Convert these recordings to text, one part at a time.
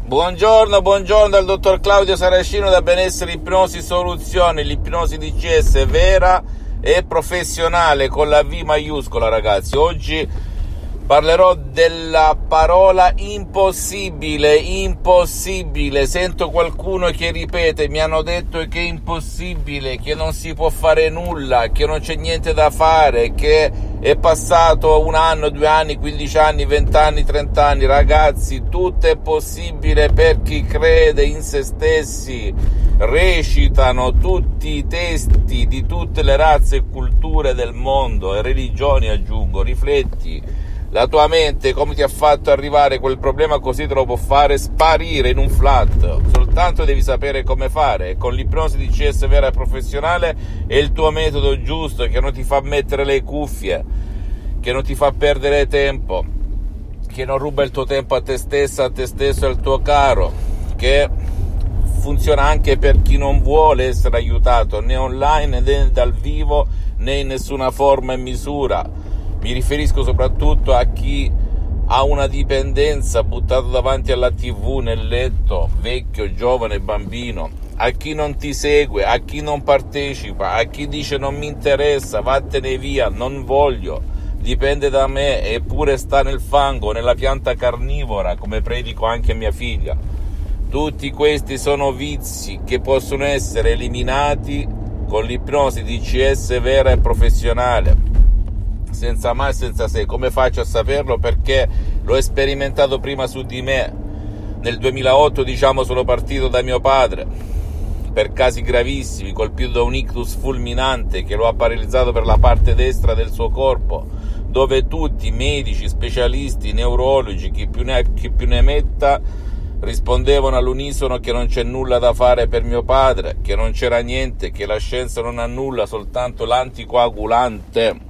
Buongiorno dal dottor Claudio Saracino da Benessere Ipnosi Soluzioni, l'ipnosi DCS vera e professionale con la V maiuscola, ragazzi. Oggi parlerò della parola impossibile. Sento qualcuno che ripete, mi hanno detto che è impossibile, che non si può fare nulla, che non c'è niente da fare, che è passato 1 anno, 2 anni, 15 anni, 20 anni, 30 anni. Ragazzi, tutto è possibile per chi crede in se stessi. Recitano tutti i testi di tutte le razze e culture del mondo e religioni, aggiungo. Rifletti. La tua mente come ti ha fatto arrivare quel problema, così te lo può fare sparire in un flat. Soltanto devi sapere come fare. Con l'ipnosi DCS vera e professionale è il tuo metodo giusto, che non ti fa mettere le cuffie, che non ti fa perdere tempo, che non ruba il tuo tempo a te stessa, a te stesso e al tuo caro, che funziona anche per chi non vuole essere aiutato né online né dal vivo né in nessuna forma e misura. Mi riferisco soprattutto a chi ha una dipendenza, buttato davanti alla TV nel letto, vecchio, giovane, bambino, a chi non ti segue, a chi non partecipa, a chi dice non mi interessa, vattene via, non voglio, dipende da me, eppure sta nel fango, nella pianta carnivora, come predico anche a mia figlia. Tutti questi sono vizi che possono essere eliminati con l'ipnosi DCS vera e professionale. Senza mai, senza se. Come faccio a saperlo? Perché l'ho sperimentato prima su di me. Nel 2008, sono partito da mio padre per casi gravissimi, colpito da un ictus fulminante che lo ha paralizzato per la parte destra del suo corpo, dove tutti, medici, specialisti, neurologi, chi più ne ha, chi più ne metta, rispondevano all'unisono che non c'è nulla da fare per mio padre, che non c'era niente, che la scienza non ha nulla, soltanto l'anticoagulante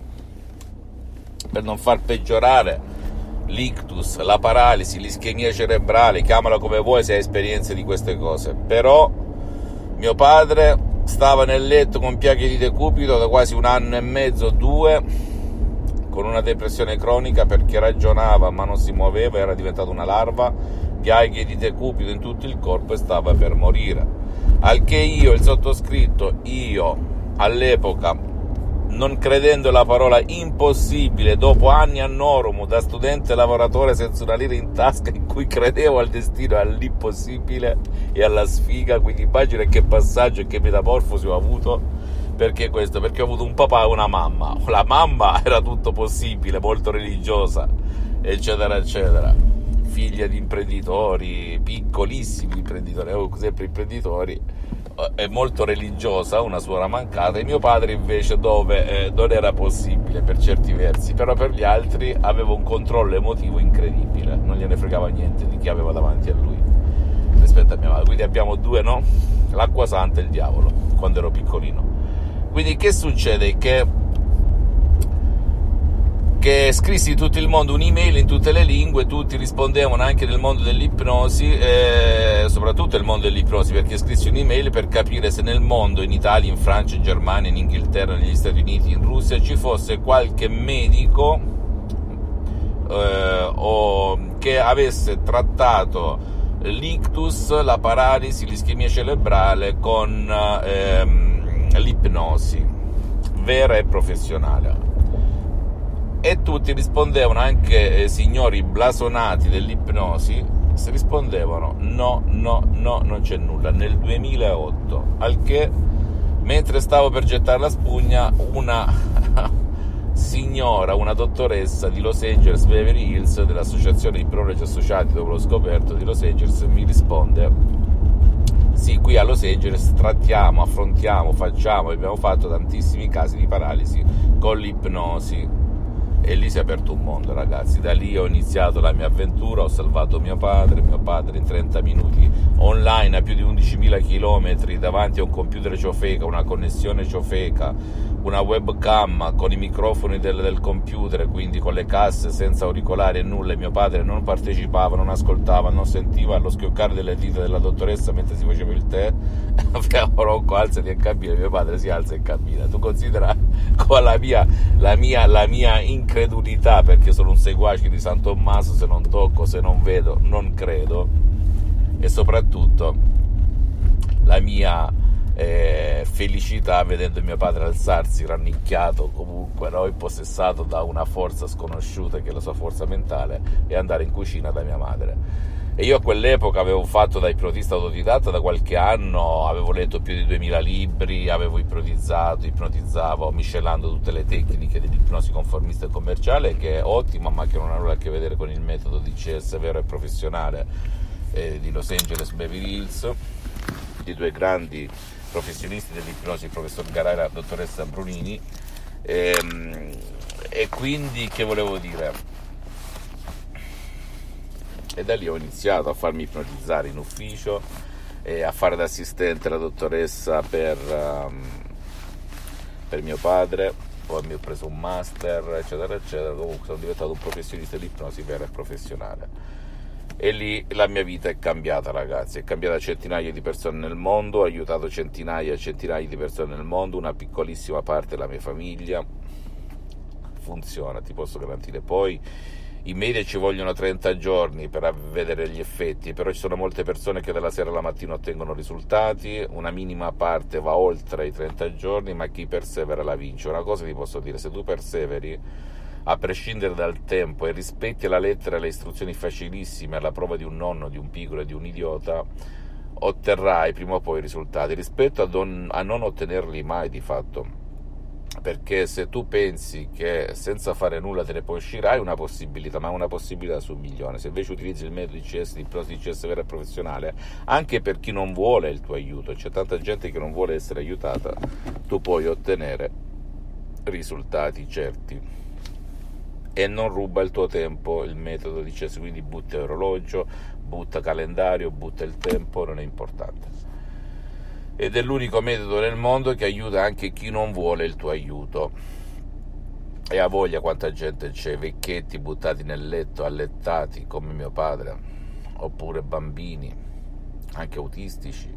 per non far peggiorare l'ictus, la paralisi, l'ischemia cerebrale, chiamala come vuoi se hai esperienze di queste cose. Però mio padre stava nel letto con piaghe di decubito da quasi 1 anno e mezzo, 2, con una depressione cronica perché ragionava ma non si muoveva, era diventato una larva, piaghe di decubito in tutto il corpo e stava per morire. Al che io, il sottoscritto, all'epoca, non credendo alla parola impossibile, dopo anni a Norum, da studente lavoratore senza una lira in tasca, in cui credevo al destino, all'impossibile e alla sfiga, quindi immagina che passaggio e che metamorfosi ho avuto. Perché questo? Perché ho avuto un papà e una mamma. La mamma era tutto possibile, molto religiosa, eccetera eccetera, figlia di imprenditori, piccolissimi imprenditori, sempre imprenditori, è molto religiosa, una suora mancata, e mio padre invece dove non era possibile per certi versi, però per gli altri aveva un controllo emotivo incredibile, non gliene fregava niente di chi aveva davanti a lui rispetto a mia madre. Quindi abbiamo due, no? L'acqua santa e il diavolo, quando ero piccolino. Quindi che succede? Che scrissi in tutto il mondo un'email in tutte le lingue, tutti rispondevano, anche nel mondo dell'ipnosi, soprattutto nel mondo dell'ipnosi, perché scrissi un'email per capire se nel mondo, in Italia, in Francia, in Germania, in Inghilterra, negli Stati Uniti, in Russia, ci fosse qualche medico che avesse trattato l'ictus, la paralisi, l'ischemia cerebrale con l'ipnosi vera e professionale. E tutti rispondevano, anche signori blasonati dell'ipnosi, rispondevano no, non c'è nulla, nel 2008. Al che, mentre stavo per gettare la spugna, una signora, una dottoressa di Los Angeles, Beverly Hills, dell'associazione di ipnologi associati, dopo l'ho scoperto, di Los Angeles, mi risponde: sì, qui a Los Angeles trattiamo, affrontiamo, abbiamo fatto tantissimi casi di paralisi con l'ipnosi. E lì si è aperto un mondo, ragazzi. Da lì ho iniziato la mia avventura, ho salvato mio padre in 30 minuti online a più di 11.000 chilometri davanti a un computer ciofeca, una connessione ciofeca, una webcam con i microfoni del computer, quindi con le casse, senza auricolari e nulla, e mio padre non partecipava, non ascoltava, non sentiva lo schioccare delle dita della dottoressa mentre si faceva il tè. Ronco, alzati e cammina, mio padre si alza e cammina. Tu considera con la mia incredulità, perché sono un seguace di San Tommaso, se non tocco, se non vedo, non credo. e soprattutto la mia felicità vedendo mio padre alzarsi rannicchiato, comunque, no, impossessato da una forza sconosciuta che è la sua forza mentale, e andare in cucina da mia madre. E io a quell'epoca avevo fatto da ipnotista autodidatta da qualche anno, avevo letto più di 2000 libri, avevo ipnotizzavo miscelando tutte le tecniche dell'ipnosi conformista e commerciale, che è ottima ma che non ha nulla a che vedere con il metodo DCS vero e professionale di Los Angeles Beverly Hills, di due grandi professionisti dell'ipnosi, il professor Garay e la dottoressa Brunini. E quindi che volevo dire? E da lì ho iniziato a farmi ipnotizzare in ufficio e a fare da assistente la dottoressa per mio padre. Poi mi ho preso un master, eccetera eccetera. Comunque sono diventato un professionista dell'ipnosi vera e professionale. E lì la mia vita è cambiata, ragazzi, è cambiata. Centinaia di persone nel mondo, ho aiutato centinaia e centinaia di persone nel mondo, una piccolissima parte della mia famiglia. Funziona, ti posso garantire. Poi in media ci vogliono 30 giorni per vedere gli effetti, però ci sono molte persone che dalla sera alla mattina ottengono risultati, una minima parte va oltre i 30 giorni, ma chi persevera la vince. Una cosa ti posso dire: se tu perseveri, a prescindere dal tempo, e rispetti alla lettera le istruzioni facilissime alla prova di un nonno, di un piccolo e di un idiota, otterrai prima o poi i risultati, rispetto a non ottenerli mai di fatto. Perché se tu pensi che senza fare nulla te ne puoi uscire, hai una possibilità, ma una possibilità su un milione. Se invece utilizzi il metodo DCS, di ipnosi DCS vera e professionale, anche per chi non vuole il tuo aiuto, c'è tanta gente che non vuole essere aiutata, tu puoi ottenere risultati certi. E non ruba il tuo tempo il metodo DCS, quindi butta orologio, butta calendario, butta il tempo, non è importante. Ed è l'unico metodo nel mondo che aiuta anche chi non vuole il tuo aiuto. E a voglia quanta gente c'è, vecchietti buttati nel letto, allettati come mio padre, oppure bambini, anche autistici,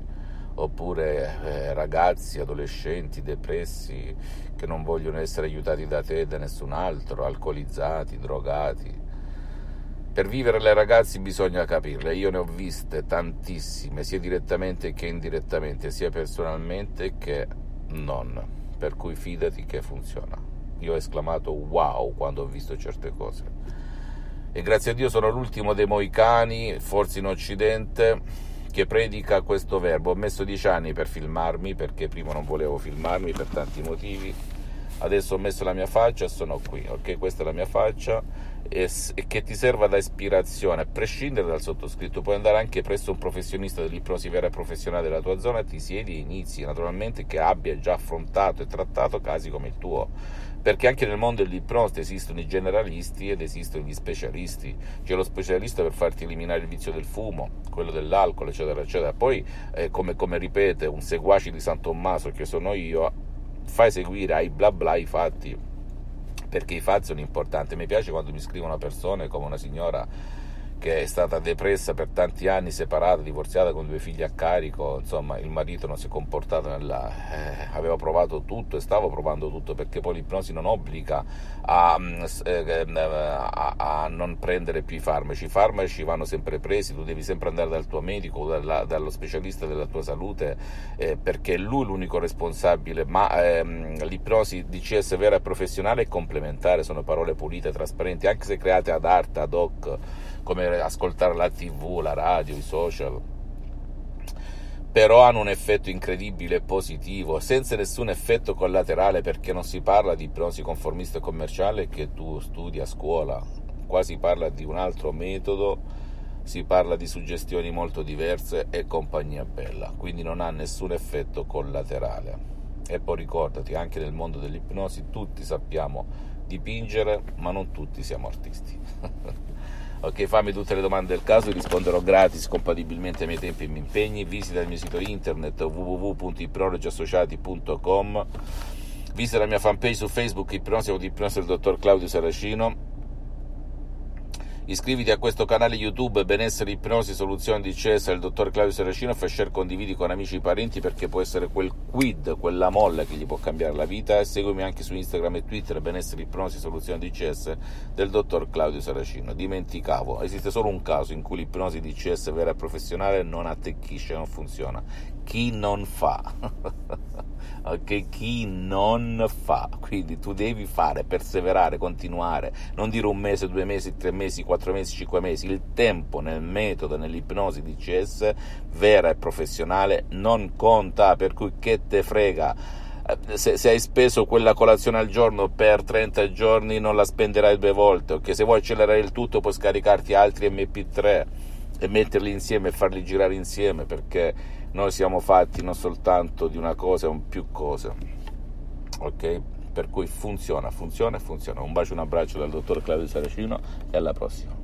oppure ragazzi, adolescenti, depressi, che non vogliono essere aiutati da te e da nessun altro, alcolizzati, drogati. Per vivere le ragazzi bisogna capirle, io ne ho viste tantissime, sia direttamente che indirettamente, sia personalmente che non, per cui fidati che funziona. Io ho esclamato wow quando ho visto certe cose, e grazie a Dio sono l'ultimo dei moicani, forse in Occidente, che predica questo verbo. Ho messo 10 anni per filmarmi, perché prima non volevo filmarmi per tanti motivi. Adesso ho messo la mia faccia e sono qui, ok? Questa è la mia faccia, e che ti serva da ispirazione, a prescindere dal sottoscritto. Puoi andare anche presso un professionista dell'ipnosi vera e professionale della tua zona, ti siedi e inizi, naturalmente che abbia già affrontato e trattato casi come il tuo, perché anche nel mondo dell'ipnosi esistono i generalisti ed esistono gli specialisti. C'è lo specialista per farti eliminare il vizio del fumo, quello dell'alcol, eccetera eccetera. Poi come ripete un seguace di San Tommaso che sono io, fai seguire ai bla bla i fatti, perché i fatti sono importanti. Mi piace quando mi scrivono persone come una signora che è stata depressa per tanti anni, separata, divorziata, con 2 figli a carico. Insomma, il marito non si è comportato aveva provato tutto e stavo provando tutto, perché poi l'ipnosi non obbliga a non prendere più i farmaci. I farmaci vanno sempre presi, tu devi sempre andare dal tuo medico, dallo specialista della tua salute, perché è lui l'unico responsabile. Ma l'ipnosi DCS vera e professionale è complementare, sono parole pulite, trasparenti, anche se create ad arte, ad hoc, come ascoltare la TV, la radio, i social, però hanno un effetto incredibile e positivo, senza nessun effetto collaterale, perché non si parla di ipnosi conformista e commerciale che tu studi a scuola. Qua si parla di un altro metodo, si parla di suggestioni molto diverse e compagnia bella, quindi non ha nessun effetto collaterale. E poi ricordati, anche nel mondo dell'ipnosi tutti sappiamo dipingere, ma non tutti siamo artisti. Ok, fammi tutte le domande del caso, risponderò gratis, compatibilmente ai miei tempi e ai miei impegni. Visita il mio sito internet www.ipnologiassociati.com, visita la mia fanpage su Facebook, Ipnosi del dottor Claudio Saracino, Iscriviti a questo canale YouTube Benessere, Ipnosi, Soluzioni DCS del dottor Claudio Saracino, fai share, condividi con amici e parenti, perché può essere quel quid, quella molla che gli può cambiare la vita. E seguimi anche su Instagram e Twitter Benessere, Ipnosi, Soluzioni DCS del dottor Claudio Saracino. Dimenticavo, esiste solo un caso in cui l'ipnosi DCS vera e professionale non attecchisce, non funziona: chi non fa. Ok, chi non fa. Quindi tu devi fare, perseverare, continuare, non dire 1 mese, 2 mesi, 3 mesi, 4 mesi, 5 mesi. Il tempo nel metodo, nell'ipnosi DCS vera e professionale non conta, per cui che te frega. Se hai speso quella colazione al giorno per 30 giorni, non la spenderai 2 volte. Ok, se vuoi accelerare il tutto puoi scaricarti altri MP3 e metterli insieme e farli girare insieme, perché noi siamo fatti non soltanto di una cosa, ma più cose. Ok? Per cui funziona. Un bacio, un abbraccio dal dottor Claudio Saracino e alla prossima.